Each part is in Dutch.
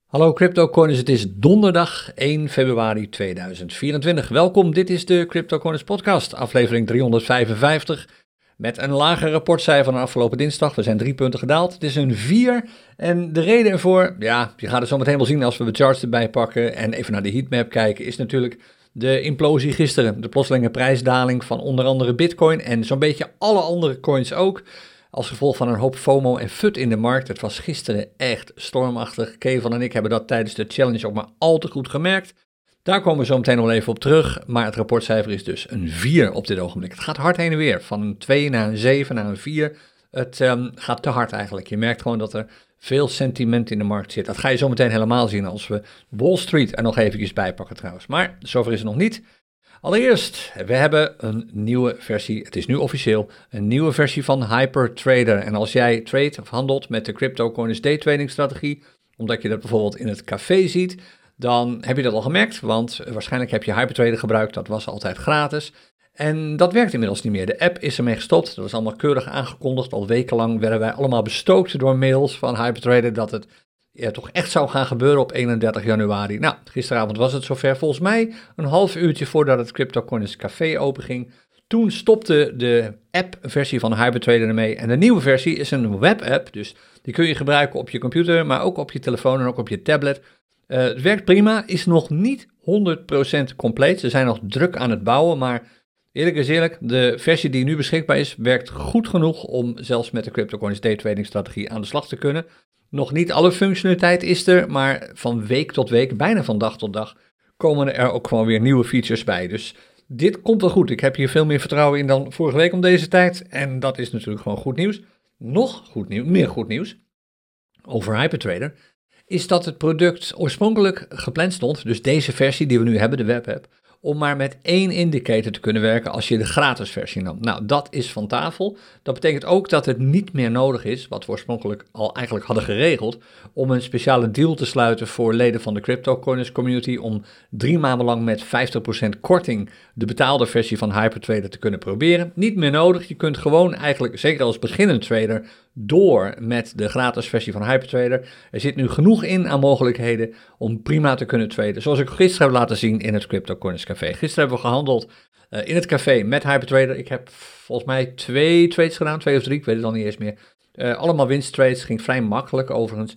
Hallo CryptoCoiners, het is donderdag 1 februari 2024. Welkom, dit is de CryptoCoiners podcast, aflevering 355, met een lager rapportcijfer dan afgelopen dinsdag. We zijn 3 punten gedaald, het is een 4 en de reden ervoor, ja, je gaat het zo meteen wel zien als we de charts erbij pakken en even naar de heatmap kijken, is natuurlijk de implosie gisteren. De plotselinge prijsdaling van onder andere Bitcoin en zo'n beetje alle andere coins ook. Als gevolg van een hoop FOMO en FUD in de markt. Het was gisteren echt stormachtig. Kevan en ik hebben dat tijdens de challenge ook maar al te goed gemerkt. Daar komen we zo meteen nog wel even op terug. Maar het rapportcijfer is dus een 4 op dit ogenblik. Het gaat hard heen en weer. Van een 2 naar een 7 naar een 4. Het gaat te hard eigenlijk. Je merkt gewoon dat er veel sentiment in de markt zit. Dat ga je zo meteen helemaal zien als we Wall Street er nog eventjes bij pakken trouwens. Maar zover is het nog niet. Allereerst, we hebben een nieuwe versie, het is nu officieel, een nieuwe versie van HyperTrader. En als jij trade of handelt met de CryptoCoiners daytrading strategie, omdat je dat bijvoorbeeld in het café ziet, dan heb je dat al gemerkt, want waarschijnlijk heb je HyperTrader gebruikt, dat was altijd gratis. En dat werkt inmiddels niet meer. De app is ermee gestopt, dat was allemaal keurig aangekondigd. Al wekenlang werden wij allemaal bestookt door mails van HyperTrader dat het toch echt zou gaan gebeuren op 31 januari. Nou, gisteravond was het zover. Volgens mij een half uurtje voordat het CryptoCoiners Café openging. Toen stopte de app-versie van HyperTrader ermee. En de nieuwe versie is een web-app. Dus die kun je gebruiken op je computer, maar ook op je telefoon en ook op je tablet. Het werkt prima, is nog niet 100% compleet. Ze zijn nog druk aan het bouwen, maar eerlijk is eerlijk, de versie die nu beschikbaar is, werkt goed genoeg om zelfs met de CryptoCoiners daytrading strategie aan de slag te kunnen. Nog niet alle functionaliteit is er, maar van week tot week, bijna van dag tot dag, komen er ook gewoon weer nieuwe features bij. Dus dit komt wel goed. Ik heb hier veel meer vertrouwen in dan vorige week om deze tijd. En dat is natuurlijk gewoon goed nieuws. Nog goed nieuws, meer goed nieuws over HyperTrader, is dat het product oorspronkelijk gepland stond, dus deze versie die we nu hebben, de webapp, om maar met 1 indicator te kunnen werken als je de gratis versie nam. Nou, dat is van tafel. Dat betekent ook dat het niet meer nodig is, wat we oorspronkelijk al eigenlijk hadden geregeld, om een speciale deal te sluiten voor leden van de CryptoCoiners community om 3 maanden lang met 50% korting de betaalde versie van HyperTrader te kunnen proberen. Niet meer nodig. Je kunt gewoon eigenlijk, zeker als beginnend trader, door met de gratis versie van HyperTrader. Er zit nu genoeg in aan mogelijkheden om prima te kunnen traden. Zoals ik gisteren heb laten zien in het CryptoCoiners Café. Gisteren hebben we gehandeld in het café met HyperTrader. Ik heb volgens mij 2 trades gedaan, 2 of 3, ik weet het al niet eens meer. Allemaal winsttrades, ging vrij makkelijk overigens.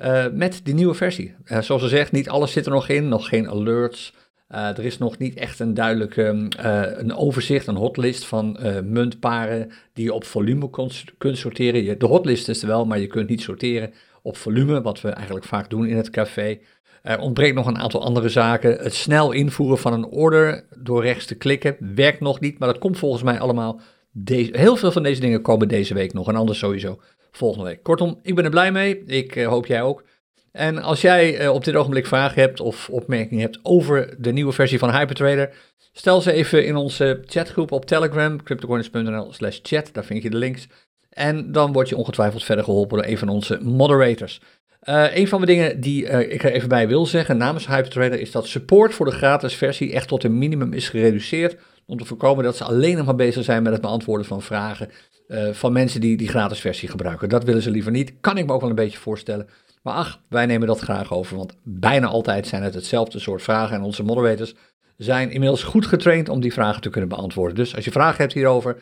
Met die nieuwe versie. Zoals gezegd, niet alles zit er nog in, nog geen alerts. Er is nog niet echt een duidelijk een overzicht, een hotlist van muntparen die je op volume kunt sorteren. De hotlist is er wel, maar je kunt niet sorteren op volume, wat we eigenlijk vaak doen in het café. Er ontbreekt nog een aantal andere zaken. Het snel invoeren van een order door rechts te klikken werkt nog niet, maar dat komt volgens mij allemaal. Heel veel van deze dingen komen deze week nog en anders sowieso volgende week. Kortom, ik ben er blij mee. Ik hoop jij ook. En als jij op dit ogenblik vragen hebt of opmerkingen hebt over de nieuwe versie van HyperTrader, stel ze even in onze chatgroep op Telegram, cryptocoiners.nl/chat, daar vind je de links. En dan word je ongetwijfeld verder geholpen door een van onze moderators. Een van de dingen die ik er even bij wil zeggen namens HyperTrader is dat support voor de gratis versie echt tot een minimum is gereduceerd, om te voorkomen dat ze alleen nog maar bezig zijn met het beantwoorden van vragen van mensen die gratis versie gebruiken. Dat willen ze liever niet, kan ik me ook wel een beetje voorstellen. Maar ach, wij nemen dat graag over, want bijna altijd zijn het hetzelfde soort vragen en onze moderators zijn inmiddels goed getraind om die vragen te kunnen beantwoorden. Dus als je vragen hebt hierover,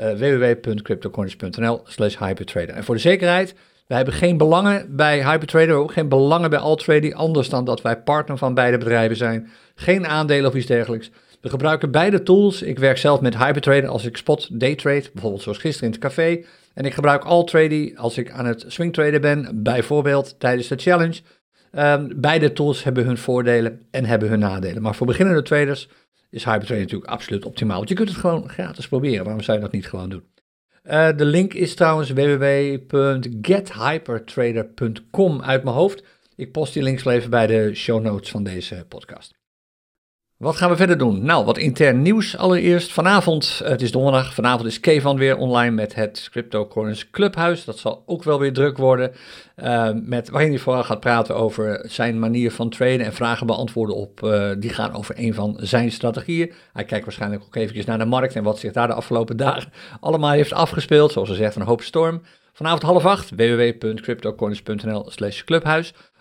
www.cryptocoiners.nl/hypertrader. En voor de zekerheid, wij hebben geen belangen bij HyperTrader, ook geen belangen bij AllTrading, anders dan dat wij partner van beide bedrijven zijn. Geen aandelen of iets dergelijks. We gebruiken beide tools. Ik werk zelf met HyperTrader als ik spot daytrade, bijvoorbeeld zoals gisteren in het café. En ik gebruik AllTrading als ik aan het swingtraden ben, bijvoorbeeld tijdens de challenge. Beide tools hebben hun voordelen en hebben hun nadelen. Maar voor beginnende traders is HyperTrader natuurlijk absoluut optimaal. Want je kunt het gewoon gratis proberen. Waarom zou je dat niet gewoon doen? De link is trouwens www.gethypertrader.com uit mijn hoofd. Ik post die links wel even bij de show notes van deze podcast. Wat gaan we verder doen? Nou, wat intern nieuws allereerst. Vanavond, het is donderdag, vanavond is Kevan weer online met het CryptoCoiners Clubhuis. Dat zal ook wel weer druk worden, waarin hij vooral gaat praten over zijn manier van traden en vragen beantwoorden die gaan over een van zijn strategieën. Hij kijkt waarschijnlijk ook eventjes naar de markt en wat zich daar de afgelopen dagen allemaal heeft afgespeeld. Zoals ze zegt, een hoop storm. Vanavond 7:30, www.cryptocoiners.nl/clubhuis.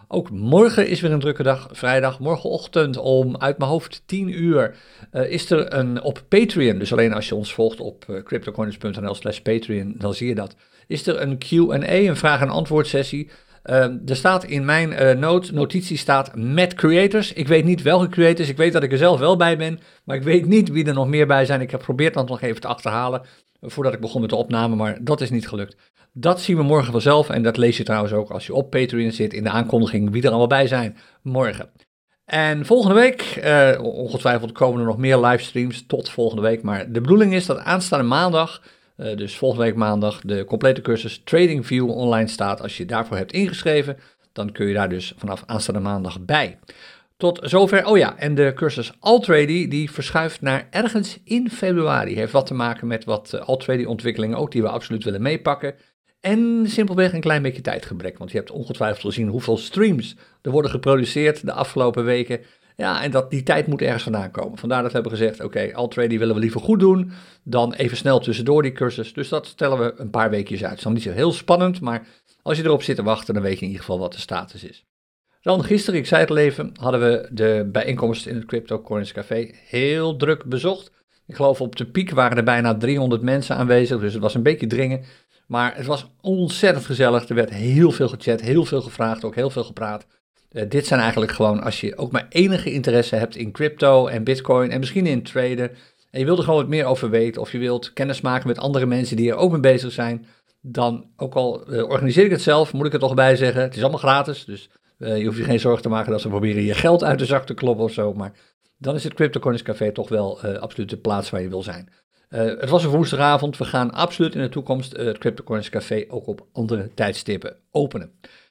Ook morgen is weer een drukke dag, vrijdag. Morgenochtend om uit mijn hoofd 10 uur is er op Patreon, dus alleen als je ons volgt op cryptocoins.nl/Patreon, dan zie je dat. Is er een Q&A, een vraag- en antwoord sessie. Er staat in mijn notitie staat met creators. Ik weet niet welke creators, ik weet dat ik er zelf wel bij ben, maar ik weet niet wie er nog meer bij zijn. Ik heb geprobeerd dat nog even te achterhalen voordat ik begon met de opname, maar dat is niet gelukt. Dat zien we morgen vanzelf en dat lees je trouwens ook als je op Patreon zit in de aankondiging wie er allemaal bij zijn morgen. En volgende week, ongetwijfeld komen er nog meer livestreams tot volgende week, maar de bedoeling is dat aanstaande maandag, dus volgende week maandag, de complete cursus TradingView online staat. Als je daarvoor hebt ingeschreven, dan kun je daar dus vanaf aanstaande maandag bij. Tot zover. Oh ja, en de cursus Altrady die verschuift naar ergens in februari. Heeft wat te maken met wat Altrady ontwikkelingen ook die we absoluut willen meepakken. En simpelweg een klein beetje tijdgebrek, want je hebt ongetwijfeld gezien hoeveel streams er worden geproduceerd de afgelopen weken. Ja, en die tijd moet ergens vandaan komen. Vandaar dat we hebben gezegd, oké, Altrady willen we liever goed doen dan even snel tussendoor die cursus. Dus dat stellen we een paar weekjes uit. Het is dan niet zo heel spannend, maar als je erop zit te wachten, dan weet je in ieder geval wat de status is. Dan gisteren, ik zei het al even, hadden we de bijeenkomst in het Crypto Coins Café heel druk bezocht. Ik geloof op de piek waren er bijna 300 mensen aanwezig, dus het was een beetje dringen. Maar het was ontzettend gezellig, er werd heel veel gechat, heel veel gevraagd, ook heel veel gepraat. Dit zijn eigenlijk gewoon, als je ook maar enige interesse hebt in crypto en bitcoin en misschien in traden, en je wilt er gewoon wat meer over weten, of je wilt kennis maken met andere mensen die er ook mee bezig zijn, dan, ook al organiseer ik het zelf, moet ik er toch bij zeggen, het is allemaal gratis, dus je hoeft je geen zorgen te maken dat ze proberen je geld uit de zak te kloppen of zo, maar dan is het Crypto Coins Café toch wel absoluut de plaats waar je wil zijn. Het was een woensdagavond, we gaan absoluut in de toekomst het Crypto Coins Café ook op andere tijdstippen openen.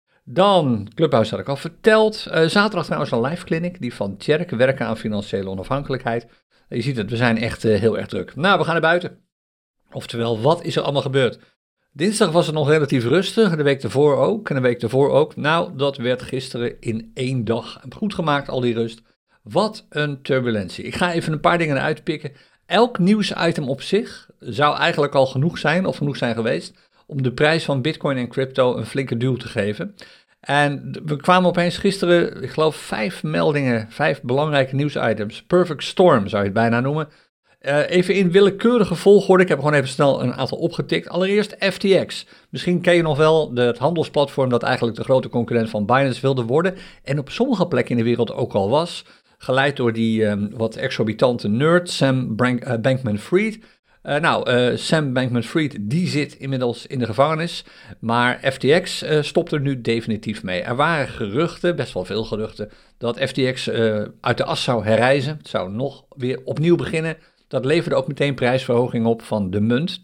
Dan, Clubhouse had ik al verteld, zaterdag trouwens een live clinic, die van Tjerk, werken aan financiële onafhankelijkheid. Je ziet het, we zijn echt heel erg druk. Nou, we gaan naar buiten. Oftewel, wat is er allemaal gebeurd? Dinsdag was het nog relatief rustig, de week ervoor ook en de week ervoor ook. Nou, dat werd gisteren in 1 dag goed gemaakt, al die rust. Wat een turbulentie. Ik ga even een paar dingen eruit pikken. Elk nieuwsitem op zich zou eigenlijk al genoeg zijn, of genoeg zijn geweest, om de prijs van bitcoin en crypto een flinke duw te geven. En we kwamen opeens gisteren, ik geloof 5 meldingen, 5 belangrijke nieuwsitems. Perfect storm zou je het bijna noemen. Even in willekeurige volgorde, ik heb gewoon even snel een aantal opgetikt. Allereerst FTX. Misschien ken je nog wel het handelsplatform dat eigenlijk de grote concurrent van Binance wilde worden. En op sommige plekken in de wereld ook al was. Geleid door die wat exorbitante nerd Sam Bankman-Fried. Sam Bankman-Fried die zit inmiddels in de gevangenis. Maar FTX stopt er nu definitief mee. Er waren geruchten, best wel veel geruchten, dat FTX uit de as zou herrijzen. Het zou nog weer opnieuw beginnen. Dat leverde ook meteen prijsverhoging op van de munt,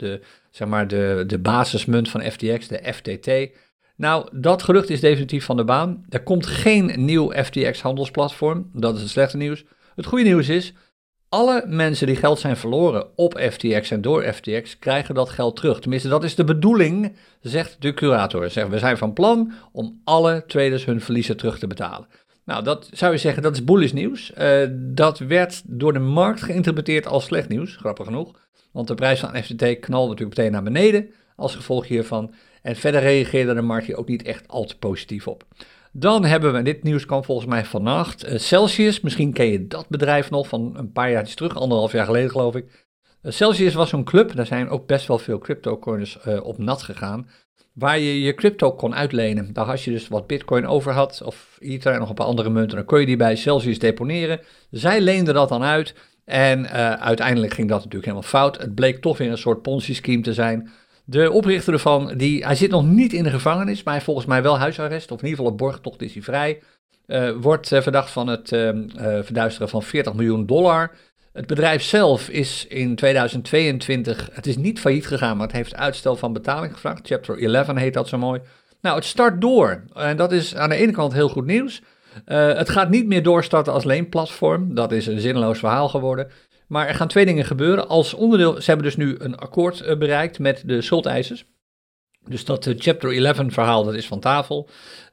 de basismunt van FTX, de FTT. Nou, dat gerucht is definitief van de baan. Er komt geen nieuw FTX-handelsplatform, dat is het slechte nieuws. Het goede nieuws is, alle mensen die geld zijn verloren op FTX en door FTX krijgen dat geld terug. Tenminste, dat is de bedoeling, zegt de curator. We zijn van plan om alle traders hun verliezen terug te betalen. Nou, dat zou je zeggen, dat is bullish nieuws. Dat werd door de markt geïnterpreteerd als slecht nieuws, grappig genoeg. Want de prijs van FTT knalde natuurlijk meteen naar beneden als gevolg hiervan. En verder reageerde de markt hier ook niet echt al te positief op. Dan hebben we, en dit nieuws kwam volgens mij vannacht, Celsius. Misschien ken je dat bedrijf nog van een paar jaar terug, 1,5 jaar geleden geloof ik. Celsius was zo'n club, daar zijn ook best wel veel cryptocoins op nat gegaan, waar je je crypto kon uitlenen. Daar als je dus wat bitcoin over had, of Ether en nog een paar andere munten, dan kon je die bij Celsius deponeren. Zij leenden dat dan uit en uiteindelijk ging dat natuurlijk helemaal fout. Het bleek toch weer een soort Ponzi-scheme te zijn. De oprichter ervan, hij zit nog niet in de gevangenis, maar hij heeft volgens mij wel huisarrest, of in ieder geval op borgtocht is hij vrij. Wordt verdacht van het verduisteren van $40 miljoen. Het bedrijf zelf is in 2022, het is niet failliet gegaan, maar het heeft uitstel van betaling gevraagd. Chapter 11 heet dat zo mooi. Nou, het start door. En dat is aan de ene kant heel goed nieuws. Het gaat niet meer doorstarten als leenplatform. Dat is een zinloos verhaal geworden. Maar er gaan 2 dingen gebeuren. Als onderdeel, ze hebben dus nu een akkoord bereikt met de schuldeisers. Dus dat Chapter 11 verhaal, dat is van tafel.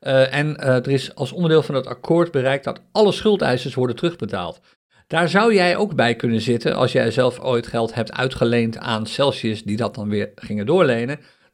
Er is als onderdeel van het akkoord bereikt dat alle schuldeisers worden terugbetaald. Daar zou jij ook bij kunnen zitten als jij zelf ooit geld hebt uitgeleend aan Celsius, die dat dan weer gingen doorlenen.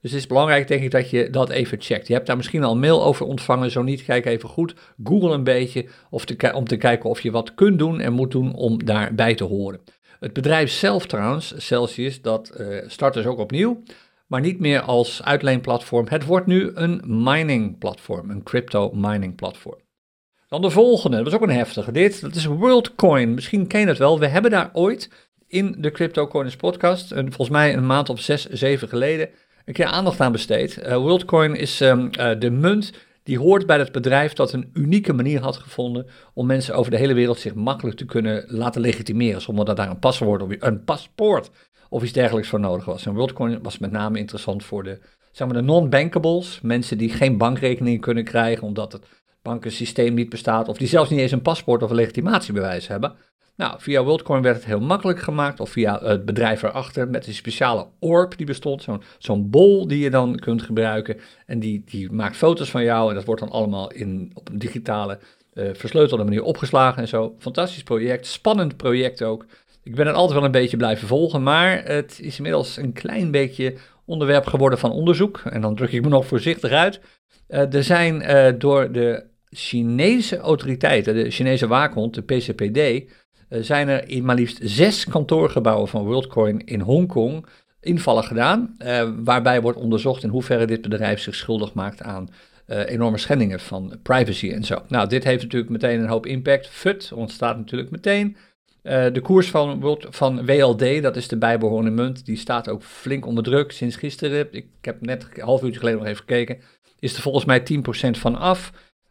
Dus het is belangrijk, denk ik, dat je dat even checkt. Je hebt daar misschien al een mail over ontvangen, zo niet, kijk even goed. Google een beetje om te kijken of je wat kunt doen en moet doen om daarbij te horen. Het bedrijf zelf trouwens, Celsius, dat start dus ook opnieuw, maar niet meer als uitleenplatform. Het wordt nu een mining platform, een crypto mining platform. Dan de volgende, dat was ook een heftige dat is WorldCoin. Misschien ken je het wel, we hebben daar ooit in de CryptoCoiners podcast, volgens mij een maand of 6, 7 geleden, een keer aandacht aan besteed. WorldCoin is de munt die hoort bij het bedrijf dat een unieke manier had gevonden om mensen over de hele wereld zich makkelijk te kunnen laten legitimeren, zonder dat daar een paspoort of iets dergelijks voor nodig was. En WorldCoin was met name interessant voor de non-bankables, mensen die geen bankrekening kunnen krijgen omdat het bankensysteem niet bestaat, of die zelfs niet eens een paspoort of een legitimatiebewijs hebben. Nou, via WorldCoin werd het heel makkelijk gemaakt, of via het bedrijf erachter, met een speciale orb die bestond, zo'n bol die je dan kunt gebruiken, en die maakt foto's van jou, en dat wordt dan allemaal op een digitale, versleutelde manier opgeslagen en zo. Fantastisch project, spannend project ook. Ik ben het altijd wel een beetje blijven volgen, maar het is inmiddels een klein beetje onderwerp geworden van onderzoek, en dan druk ik me nog voorzichtig uit. Er zijn door de Chinese autoriteiten, de Chinese waakhond, de PCPD, zijn er in maar liefst 6 kantoorgebouwen van WorldCoin in Hongkong invallen gedaan, waarbij wordt onderzocht in hoeverre dit bedrijf zich schuldig maakt aan enorme schendingen van privacy en zo. Nou, dit heeft natuurlijk meteen een hoop impact. FUD ontstaat natuurlijk meteen. De koers van WLD, dat is de bijbehorende munt, die staat ook flink onder druk sinds gisteren. Ik heb net een half uurtje geleden nog even gekeken. Is er volgens mij 10% van af.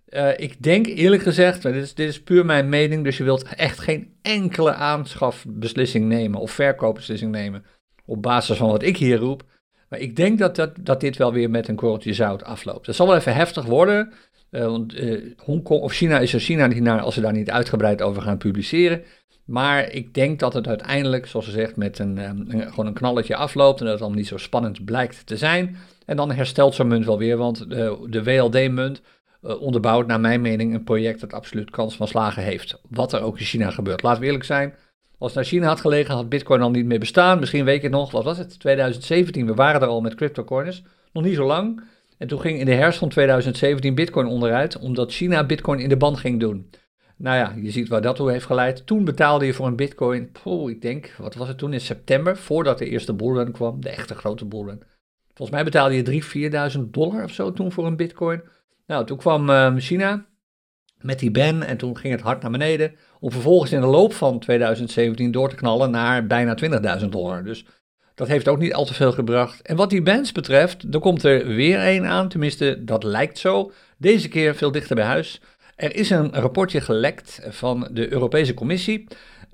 Ik denk eerlijk gezegd, dit is puur mijn mening, dus je wilt echt geen enkele aanschafbeslissing nemen of verkoopbeslissing nemen op basis van wat ik hier roep. Maar ik denk dat dit wel weer met een korreltje zout afloopt. Dat zal wel even heftig worden, want Hongkong of China is er China niet naar als ze daar niet uitgebreid over gaan publiceren. Maar ik denk dat het uiteindelijk, zoals gezegd, met gewoon een knalletje afloopt en dat het allemaal niet zo spannend blijkt te zijn. En dan herstelt zo'n munt wel weer, want de WLD-munt onderbouwt naar mijn mening een project dat absoluut kans van slagen heeft. Wat er ook in China gebeurt. Laten we eerlijk zijn, als het naar China had gelegen, had Bitcoin al niet meer bestaan. Misschien weet je het nog, wat was het? 2017, we waren er al met CryptoCoiners. Nog niet zo lang. En toen ging in de herfst van 2017 Bitcoin onderuit, omdat China Bitcoin in de ban ging doen. Nou ja, je ziet waar dat toe heeft geleid. Toen betaalde je voor een Bitcoin, ik denk, wat was het toen, in september, voordat de eerste bullrun kwam, de echte grote bullrun. Volgens mij betaalde je $3.000-4.000 of zo toen voor een Bitcoin. Nou, toen kwam China met die ban en toen ging het hard naar beneden, om vervolgens in de loop van 2017 door te knallen naar bijna $20.000. Dus dat heeft ook niet al te veel gebracht. En wat die bans betreft, er komt er weer één aan, tenminste dat lijkt zo, deze keer veel dichter bij huis. Er is een rapportje gelekt van de Europese Commissie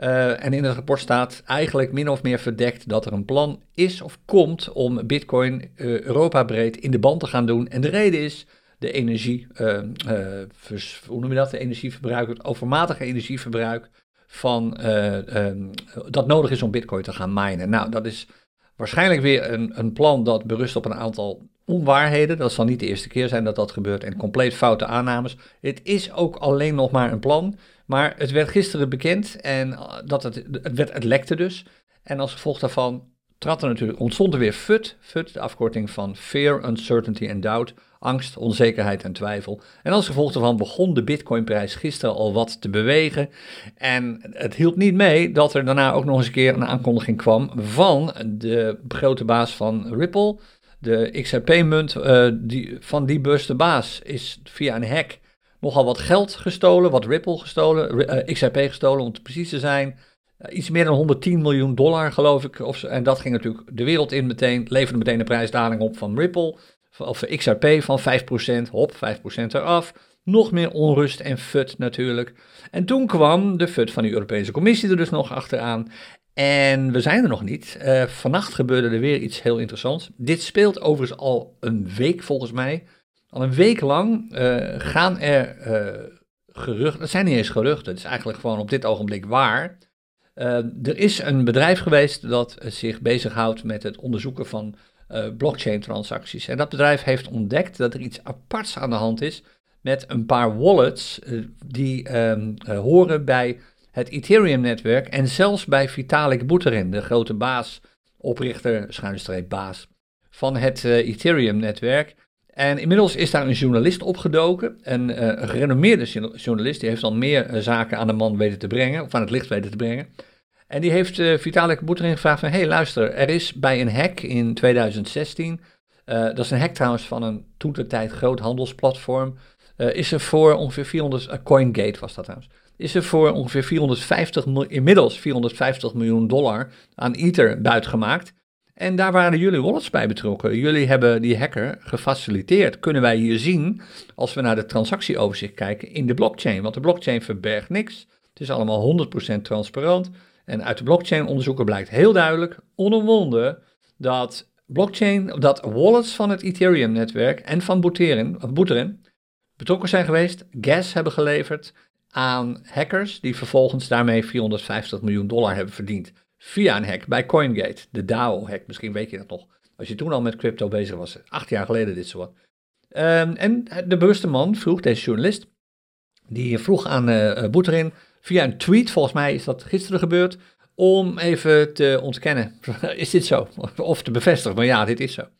en in het rapport staat eigenlijk min of meer verdekt dat er een plan is of komt om Bitcoin Europa breed in de ban te gaan doen. En de reden is de energieverbruik, het overmatige energieverbruik dat nodig is om Bitcoin te gaan minen. Nou, dat is waarschijnlijk weer een plan dat berust op een aantal onwaarheden. Dat zal niet de eerste keer zijn dat dat gebeurt en compleet foute aannames. Het is ook alleen nog maar een plan, maar het werd gisteren bekend en het lekte dus. En als gevolg daarvan ontstond er weer FUD, de afkorting van Fear, Uncertainty and Doubt, angst, onzekerheid en twijfel. En als gevolg daarvan begon de Bitcoinprijs gisteren al wat te bewegen. En het hield niet mee dat er daarna ook nog eens een keer een aankondiging kwam van de grote baas van Ripple. De XRP-munt van die bewuste baas is via een hack nogal wat geld gestolen, wat Ripple gestolen, XRP gestolen om precies te zijn. Iets meer dan $110 miljoen geloof ik. En dat ging natuurlijk de wereld in meteen, leverde meteen een prijsdaling op van Ripple, of XRP van 5%, 5% eraf. Nog meer onrust en FUD natuurlijk. En toen kwam de FUD van de Europese Commissie er dus nog achteraan. En we zijn er nog niet. Vannacht gebeurde er weer iets heel interessants. Dit speelt overigens al een week volgens mij. Al een week lang gaan er geruchten. Dat zijn niet eens geruchten. Het is eigenlijk gewoon op dit ogenblik waar. Er is een bedrijf geweest dat zich bezighoudt met het onderzoeken van blockchain-transacties. En dat bedrijf heeft ontdekt dat er iets aparts aan de hand is met een paar wallets die horen bij het Ethereum-netwerk en zelfs bij Vitalik Buterin, de grote baas, oprichter, _baas van het Ethereum-netwerk. En inmiddels is daar een journalist opgedoken, een gerenommeerde journalist, die heeft al meer zaken aan de man weten te brengen, of aan het licht weten te brengen. En die heeft Vitalik Buterin gevraagd van, hey luister, er is bij een hack in 2016, dat is een hack trouwens van een toentertijd groot handelsplatform, is er voor ongeveer 400, CoinGate was dat trouwens, is er voor ongeveer inmiddels $450 miljoen aan Ether buitgemaakt. En daar waren jullie wallets bij betrokken. Jullie hebben die hacker gefaciliteerd. Kunnen wij hier zien, als we naar de transactieoverzicht kijken, in de blockchain. Want de blockchain verbergt niks. Het is allemaal 100% transparant. En uit de blockchain-onderzoeken blijkt heel duidelijk, onomwonden, dat wallets van het Ethereum-netwerk en van Buterin betrokken zijn geweest, gas hebben geleverd aan hackers, die vervolgens daarmee $450 miljoen hebben verdiend. Via een hack bij CoinGate, de DAO-hack, misschien weet je dat nog. Als je toen al met crypto bezig was, 8 jaar geleden dit zo wat. En de bewuste man vroeg, deze journalist, die vroeg aan Buterin via een tweet, volgens mij is dat gisteren gebeurd, om even te ontkennen. Is dit zo? Of te bevestigen, maar ja, dit is zo.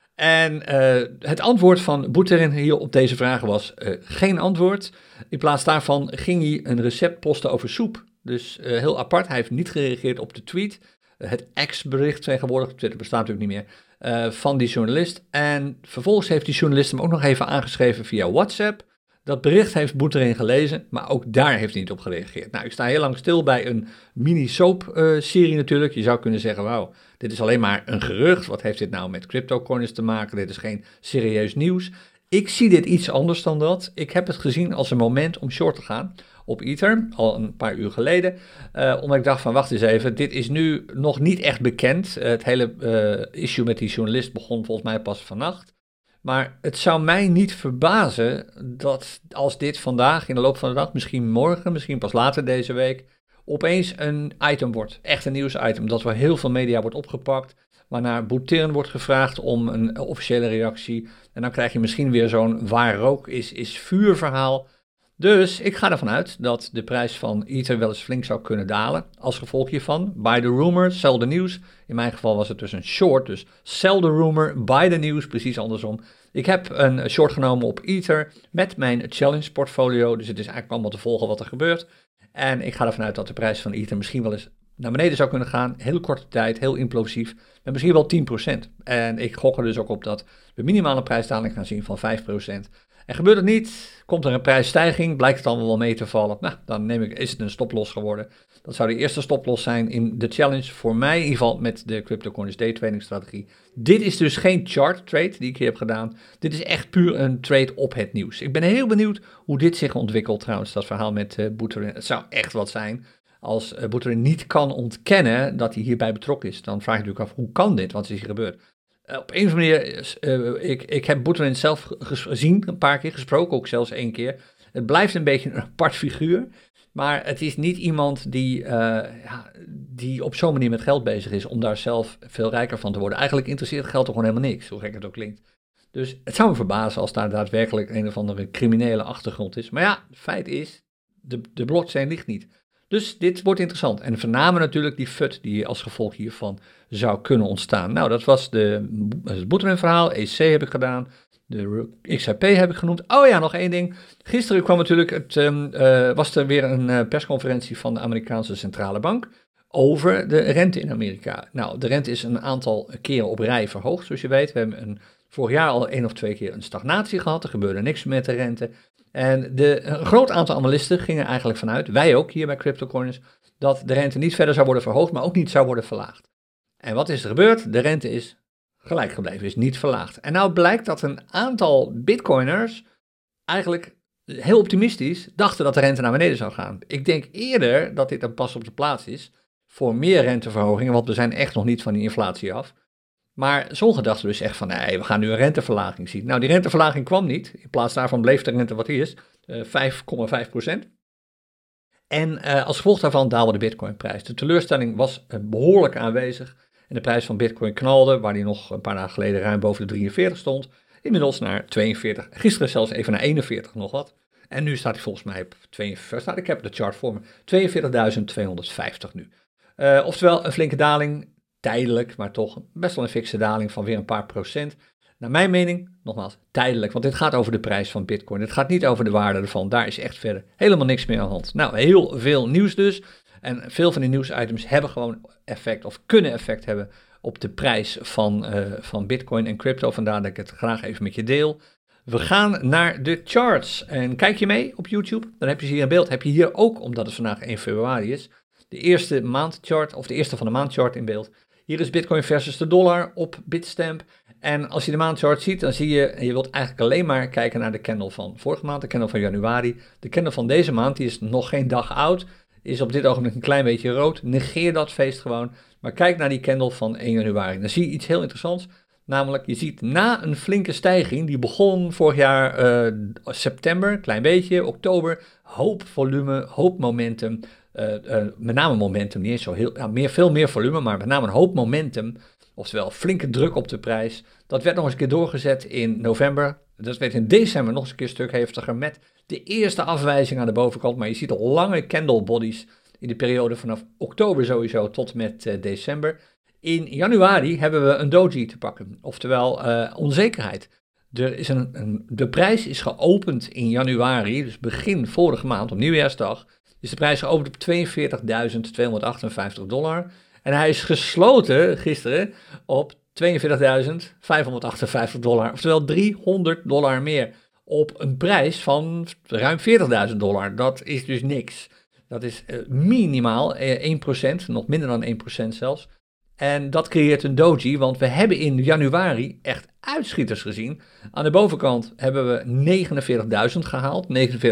En het antwoord van Buterin hier op deze vraag was geen antwoord. In plaats daarvan ging hij een recept posten over soep. Dus heel apart, hij heeft niet gereageerd op de tweet. Het ex-bericht tegenwoordig, Twitter bestaat natuurlijk niet meer, van die journalist. En vervolgens heeft die journalist hem ook nog even aangeschreven via WhatsApp. Dat bericht heeft Buterin gelezen, maar ook daar heeft hij niet op gereageerd. Nou, ik sta heel lang stil bij een mini-soap-serie natuurlijk. Je zou kunnen zeggen, wauw, dit is alleen maar een gerucht. Wat heeft dit nou met cryptocoins te maken? Dit is geen serieus nieuws. Ik zie dit iets anders dan dat. Ik heb het gezien als een moment om short te gaan op Ether, al een paar uur geleden. Omdat ik dacht van, wacht eens even, dit is nu nog niet echt bekend. Het hele issue met die journalist begon volgens mij pas vannacht. Maar het zou mij niet verbazen dat als dit vandaag in de loop van de dag, misschien morgen, misschien pas later deze week, opeens een item wordt. Echt een nieuwsitem, dat door heel veel media wordt opgepakt, waarna Buterin wordt gevraagd om een officiële reactie. En dan krijg je misschien weer zo'n waar rook is vuur verhaal. Dus ik ga ervan uit dat de prijs van Ether wel eens flink zou kunnen dalen. Als gevolg hiervan, buy the rumor, sell the news. In mijn geval was het dus een short, dus sell the rumor, buy the news, precies andersom. Ik heb een short genomen op Ether met mijn challenge portfolio. Dus het is eigenlijk allemaal te volgen wat er gebeurt. En ik ga ervan uit dat de prijs van Ether misschien wel eens naar beneden zou kunnen gaan. Heel korte tijd, heel implosief. Met misschien wel 10%. En ik gok er dus ook op dat we minimaal een prijsdaling gaan zien van 5%. En gebeurt het niet, komt er een prijsstijging, blijkt het allemaal wel mee te vallen. Nou, dan is het een stoploss geworden. Dat zou de eerste stoploss zijn in de challenge voor mij, in ieder geval met de CryptoCoins day trading strategie. Dit is dus geen chart trade die ik hier heb gedaan. Dit is echt puur een trade op het nieuws. Ik ben heel benieuwd hoe dit zich ontwikkelt trouwens, dat verhaal met Buterin. Het zou echt wat zijn als Buterin niet kan ontkennen dat hij hierbij betrokken is. Dan vraag je natuurlijk af, hoe kan dit? Wat is hier gebeurd? Op een of andere manier, ik heb Buterin zelf gezien, een paar keer gesproken, ook zelfs 1 keer. Het blijft een beetje een apart figuur, maar het is niet iemand die op zo'n manier met geld bezig is om daar zelf veel rijker van te worden. Eigenlijk interesseert geld toch gewoon helemaal niks, hoe gek het ook klinkt. Dus het zou me verbazen als daar daadwerkelijk een of andere criminele achtergrond is. Maar ja, het feit is, de blockchain ligt niet. Dus dit wordt interessant. En voornamelijk natuurlijk die FUD die als gevolg hiervan zou kunnen ontstaan. Nou, dat was het Buterin verhaal. EC heb ik gedaan. De XRP heb ik genoemd. Oh ja, nog 1 ding. Gisteren kwam natuurlijk was er weer een persconferentie van de Amerikaanse Centrale Bank over de rente in Amerika. Nou, de rente is een aantal keren op rij verhoogd, zoals je weet. We hebben vorig jaar al 1 of 2 keer een stagnatie gehad. Er gebeurde niks met de rente. En een groot aantal analisten gingen eigenlijk vanuit, wij ook hier bij CryptoCoins, dat de rente niet verder zou worden verhoogd, maar ook niet zou worden verlaagd. En wat is er gebeurd? De rente is gelijk gebleven, is niet verlaagd. En nou blijkt dat een aantal bitcoiners eigenlijk heel optimistisch dachten dat de rente naar beneden zou gaan. Ik denk eerder dat dit een pas op de plaats is voor meer renteverhogingen, want we zijn echt nog niet van die inflatie af. Maar sommigen dachten dus echt van, nee, we gaan nu een renteverlaging zien. Nou, die renteverlaging kwam niet. In plaats daarvan bleef de rente wat die is, 5,5%. En als gevolg daarvan daalde de bitcoinprijs. De teleurstelling was behoorlijk aanwezig. En de prijs van bitcoin knalde, waar die nog een paar dagen geleden ruim boven de 43 stond, inmiddels naar 42. Gisteren zelfs even naar 41 nog wat. En nu staat hij volgens mij op 42. Ik heb de chart voor me. 42.250 nu. Oftewel een flinke daling. tijdelijk, maar toch best wel een fikse daling van weer een paar procent. Naar mijn mening, nogmaals, tijdelijk, want dit gaat over de prijs van Bitcoin. Het gaat niet over de waarde ervan. Daar is echt verder helemaal niks meer aan de hand. Nou, heel veel nieuws dus. En veel van die nieuwsitems hebben gewoon effect of kunnen effect hebben op de prijs van Bitcoin en crypto. Vandaar dat ik het graag even met je deel. We gaan naar de charts. En kijk je mee op YouTube? Dan heb je ze hier in beeld. Heb je hier ook, omdat het vandaag 1 februari is, de eerste maandchart of de eerste van de maandchart in beeld. Hier is Bitcoin versus de dollar op Bitstamp. En als je de maandchart ziet, dan zie je, en je wilt eigenlijk alleen maar kijken naar de candle van vorige maand, de candle van januari. De candle van deze maand, die is nog geen dag oud, is op dit ogenblik een klein beetje rood. Negeer dat feest gewoon, maar kijk naar die candle van 1 januari. Dan zie je iets heel interessants, namelijk je ziet na een flinke stijging, die begon vorig jaar september, klein beetje, oktober, hoop volume, hoop momentum, met name momentum, niet eens zo heel, veel meer volume, maar met name een hoop momentum. Oftewel flinke druk op de prijs. Dat werd nog eens een keer doorgezet in november. Dat werd in december nog eens een keer een stuk heftiger met de eerste afwijzing aan de bovenkant. Maar je ziet al lange candle bodies in de periode vanaf oktober sowieso tot met december. In januari hebben we een doji te pakken. Oftewel onzekerheid. De prijs is geopend in januari, dus begin vorige maand op nieuwjaarsdag. Is de prijs geopend op $42.258 dollar. En hij is gesloten gisteren op $42.558 dollar. Oftewel $300 meer op een prijs van ruim $40.000 dollar. Dat is dus niks. Dat is minimaal 1%, nog minder dan 1% zelfs. En dat creëert een doji, want we hebben in januari echt uitschieters gezien. Aan de bovenkant hebben we 49.000 gehaald,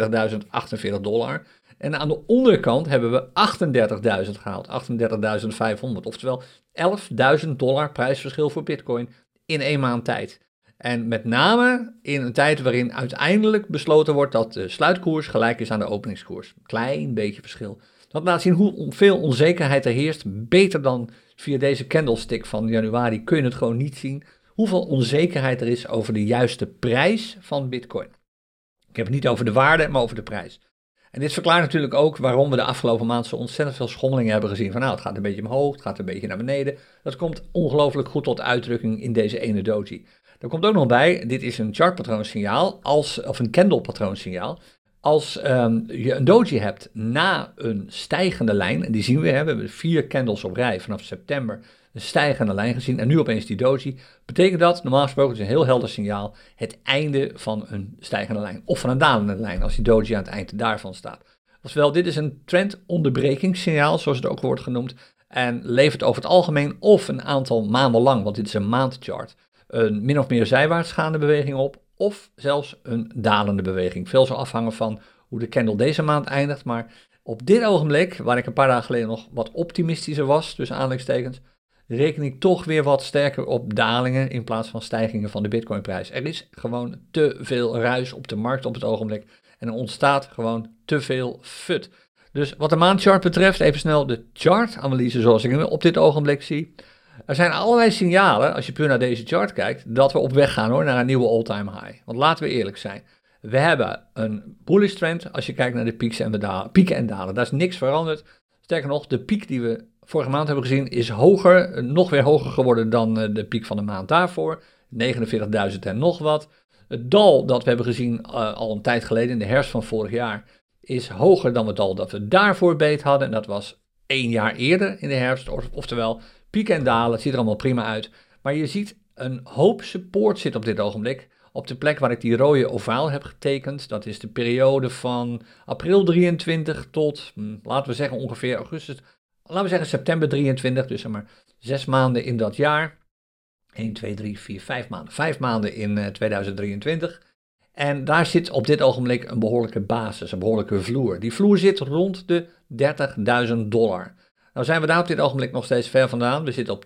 $49.048 dollar. En aan de onderkant hebben we 38.000 gehaald, 38.500. Oftewel $11.000 prijsverschil voor Bitcoin in 1 maand tijd. En met name in een tijd waarin uiteindelijk besloten wordt dat de sluitkoers gelijk is aan de openingskoers. Klein beetje verschil. Dat laat zien hoeveel onzekerheid er heerst. Beter dan via deze candlestick van januari kun je het gewoon niet zien. Hoeveel onzekerheid er is over de juiste prijs van Bitcoin. Ik heb het niet over de waarde, maar over de prijs. En dit verklaart natuurlijk ook waarom we de afgelopen maand zo ontzettend veel schommelingen hebben gezien. Van nou, het gaat een beetje omhoog, het gaat een beetje naar beneden. Dat komt ongelooflijk goed tot uitdrukking in deze ene doji. Er komt ook nog bij, dit is een chartpatroonsignaal, of een candlepatroonsignaal. Als je een doji hebt na een stijgende lijn, en die zien we hebben 4 candles op rij vanaf september, een stijgende lijn gezien en nu opeens die doji, betekent dat, normaal gesproken is een heel helder signaal, het einde van een stijgende lijn of van een dalende lijn, als die doji aan het eind daarvan staat. Oftewel, dit is een trendonderbrekingssignaal, zoals het ook wordt genoemd, en levert over het algemeen of een aantal maanden lang, want dit is een maandchart, een min of meer zijwaarts gaande beweging op, of zelfs een dalende beweging. Veel zal afhangen van hoe de candle deze maand eindigt, maar op dit ogenblik, waar ik een paar dagen geleden nog wat optimistischer was, tussen aanhalingstekens, reken ik toch weer wat sterker op dalingen in plaats van stijgingen van de Bitcoinprijs. Er is gewoon te veel ruis op de markt op het ogenblik en er ontstaat gewoon te veel fut. Dus wat de maandchart betreft, even snel de chartanalyse zoals ik hem op dit ogenblik zie. Er zijn allerlei signalen, als je puur naar deze chart kijkt, dat we op weg gaan naar een nieuwe all-time high. Want laten we eerlijk zijn, we hebben een bullish trend als je kijkt naar de pieken en dalen. Daar is niks veranderd. Sterker nog, de piek die we vorige maand hebben gezien is hoger, nog weer hoger geworden dan de piek van de maand daarvoor. 49.000 en nog wat. Het dal dat we hebben gezien al een tijd geleden, in de herfst van vorig jaar, is hoger dan het dal dat we daarvoor beet hadden. En dat was 1 jaar eerder in de herfst, oftewel pieken en dalen, het ziet er allemaal prima uit. Maar je ziet een hoop support zit op dit ogenblik op de plek waar ik die rode ovaal heb getekend. Dat is de periode van april 23 tot, laten we zeggen ongeveer augustus, laten we zeggen september 23, dus zeg maar 6 maanden in dat jaar. 1, 2, 3, 4, 5 maanden. 5 maanden in 2023. En daar zit op dit ogenblik een behoorlijke basis, een behoorlijke vloer. Die vloer zit rond de $30.000. Nou zijn we daar op dit ogenblik nog steeds ver vandaan. We zitten op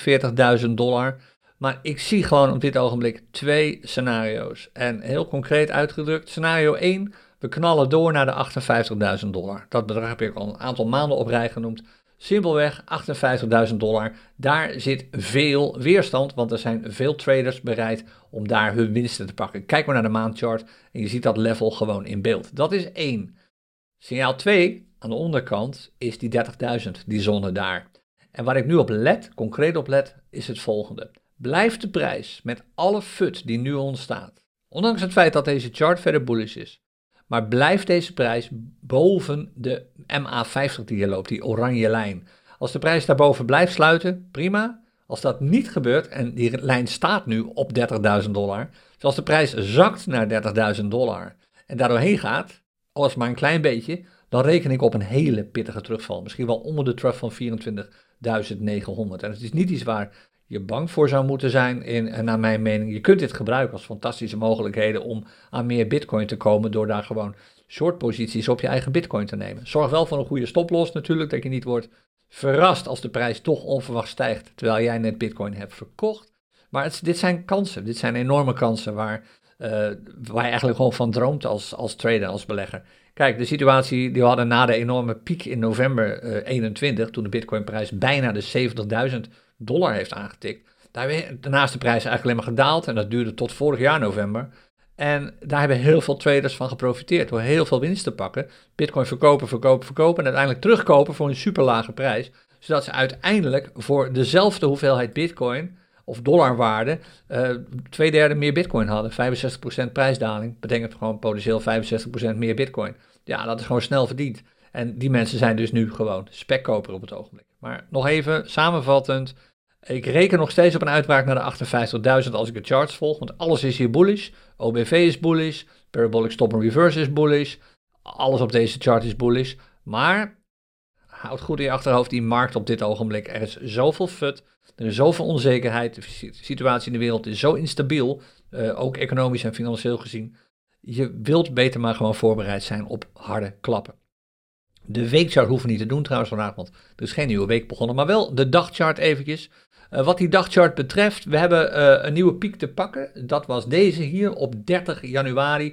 $42.000. Maar ik zie gewoon op dit ogenblik 2 scenario's. En heel concreet uitgedrukt, scenario 1, we knallen door naar de $58.000. Dat bedrag heb ik al een aantal maanden op rij genoemd. Simpelweg $58.000. Daar zit veel weerstand, want er zijn veel traders bereid om daar hun winsten te pakken. Kijk maar naar de maandchart en je ziet dat level gewoon in beeld. Dat is 1. Signaal 2 aan de onderkant is die 30.000, die zone daar. En waar ik nu op let, concreet op let, is het volgende. Blijft de prijs met alle FUD die nu ontstaat, ondanks het feit dat deze chart verder bullish is, maar blijft deze prijs boven de MA50 die hier loopt, die oranje lijn. Als de prijs daarboven blijft sluiten, prima. Als dat niet gebeurt, en die lijn staat nu op $30.000, dus als de prijs zakt naar $30.000 en daardoorheen gaat, alles maar een klein beetje, dan reken ik op een hele pittige terugval. Misschien wel onder de trough van 24.900. En het is niet iets waar je bang voor zou moeten zijn, naar mijn mening. Je kunt dit gebruiken als fantastische mogelijkheden om aan meer bitcoin te komen door daar gewoon short posities op je eigen bitcoin te nemen. Zorg wel voor een goede stoploss natuurlijk, dat je niet wordt verrast als de prijs toch onverwacht stijgt, terwijl jij net bitcoin hebt verkocht. Maar dit zijn kansen, dit zijn enorme kansen waar je eigenlijk gewoon van droomt als trader, als belegger. Kijk, de situatie die we hadden na de enorme piek in november 21, toen de bitcoinprijs bijna de $70.000 heeft aangetikt. Daarna is de prijs eigenlijk alleen maar gedaald en dat duurde tot vorig jaar november. En daar hebben heel veel traders van geprofiteerd door heel veel winst te pakken. Bitcoin verkopen en uiteindelijk terugkopen voor een super lage prijs. Zodat ze uiteindelijk voor dezelfde hoeveelheid bitcoin of dollarwaarde 2/3 meer bitcoin hadden. 65% prijsdaling betekent gewoon potentieel 65% meer bitcoin. Ja, dat is gewoon snel verdiend. En die mensen zijn dus nu gewoon spekkoper op het ogenblik. Maar nog even samenvattend. Ik reken nog steeds op een uitbraak naar de 58.000 als ik de charts volg, want alles is hier bullish. OBV is bullish, Parabolic Stop and Reverse is bullish, alles op deze chart is bullish. Maar houd goed in je achterhoofd die markt op dit ogenblik. Er is zoveel FUD, er is zoveel onzekerheid, de situatie in de wereld is zo instabiel, ook economisch en financieel gezien. Je wilt beter maar gewoon voorbereid zijn op harde klappen. De weekchart hoeven we niet te doen trouwens vandaag, want er is geen nieuwe week begonnen, maar wel de dagchart eventjes. Wat die dagchart betreft, we hebben een nieuwe piek te pakken. Dat was deze hier op 30 januari,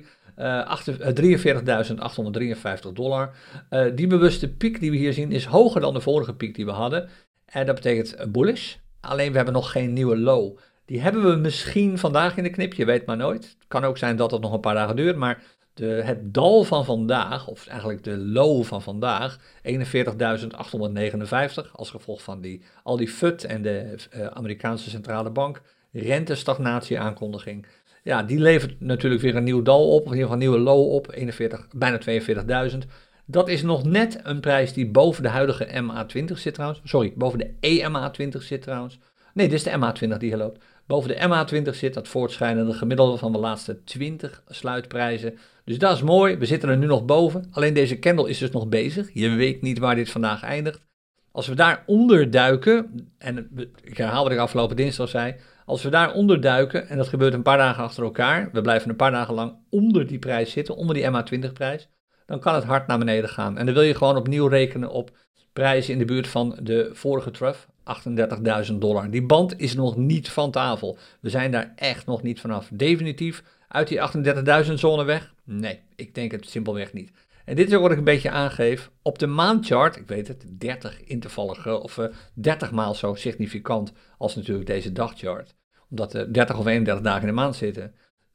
$43.853. Die bewuste piek die we hier zien is hoger dan de vorige piek die we hadden. En dat betekent bullish, alleen we hebben nog geen nieuwe low. Die hebben we misschien vandaag in de knip, je weet maar nooit. Het kan ook zijn dat het nog een paar dagen duurt, maar het dal van vandaag, of eigenlijk de low van vandaag, 41.859, als gevolg van al die FUD en de Amerikaanse centrale bank, rentestagnatie aankondiging. Ja, die levert natuurlijk weer een nieuw dal op, of in ieder geval een nieuwe low op, bijna 42.000. Dat is nog net een prijs die boven de huidige MA20 zit trouwens. Sorry, boven de EMA20 zit trouwens. Nee, dit is de MA20 die hier loopt. Boven de MA20 zit dat voortschrijdende gemiddelde van de laatste 20 sluitprijzen. Dus dat is mooi, we zitten er nu nog boven. Alleen deze candle is dus nog bezig. Je weet niet waar dit vandaag eindigt. Als we daar onder duiken, en ik herhaal wat ik afgelopen dinsdag zei. Als we daar onder duiken, en dat gebeurt een paar dagen achter elkaar. We blijven een paar dagen lang onder die prijs zitten, onder die MA20 prijs. Dan kan het hard naar beneden gaan. En dan wil je gewoon opnieuw rekenen op prijzen in de buurt van de vorige trough. $38.000. Die band is nog niet van tafel. We zijn daar echt nog niet vanaf. Definitief uit die 38.000 zone weg? Nee, ik denk het simpelweg niet. En dit is ook wat ik een beetje aangeef. Op de maandchart, ik weet het, 30 intervallen of 30 maal zo significant als natuurlijk deze dagchart. Omdat er 30 of 31 dagen in de maand zitten.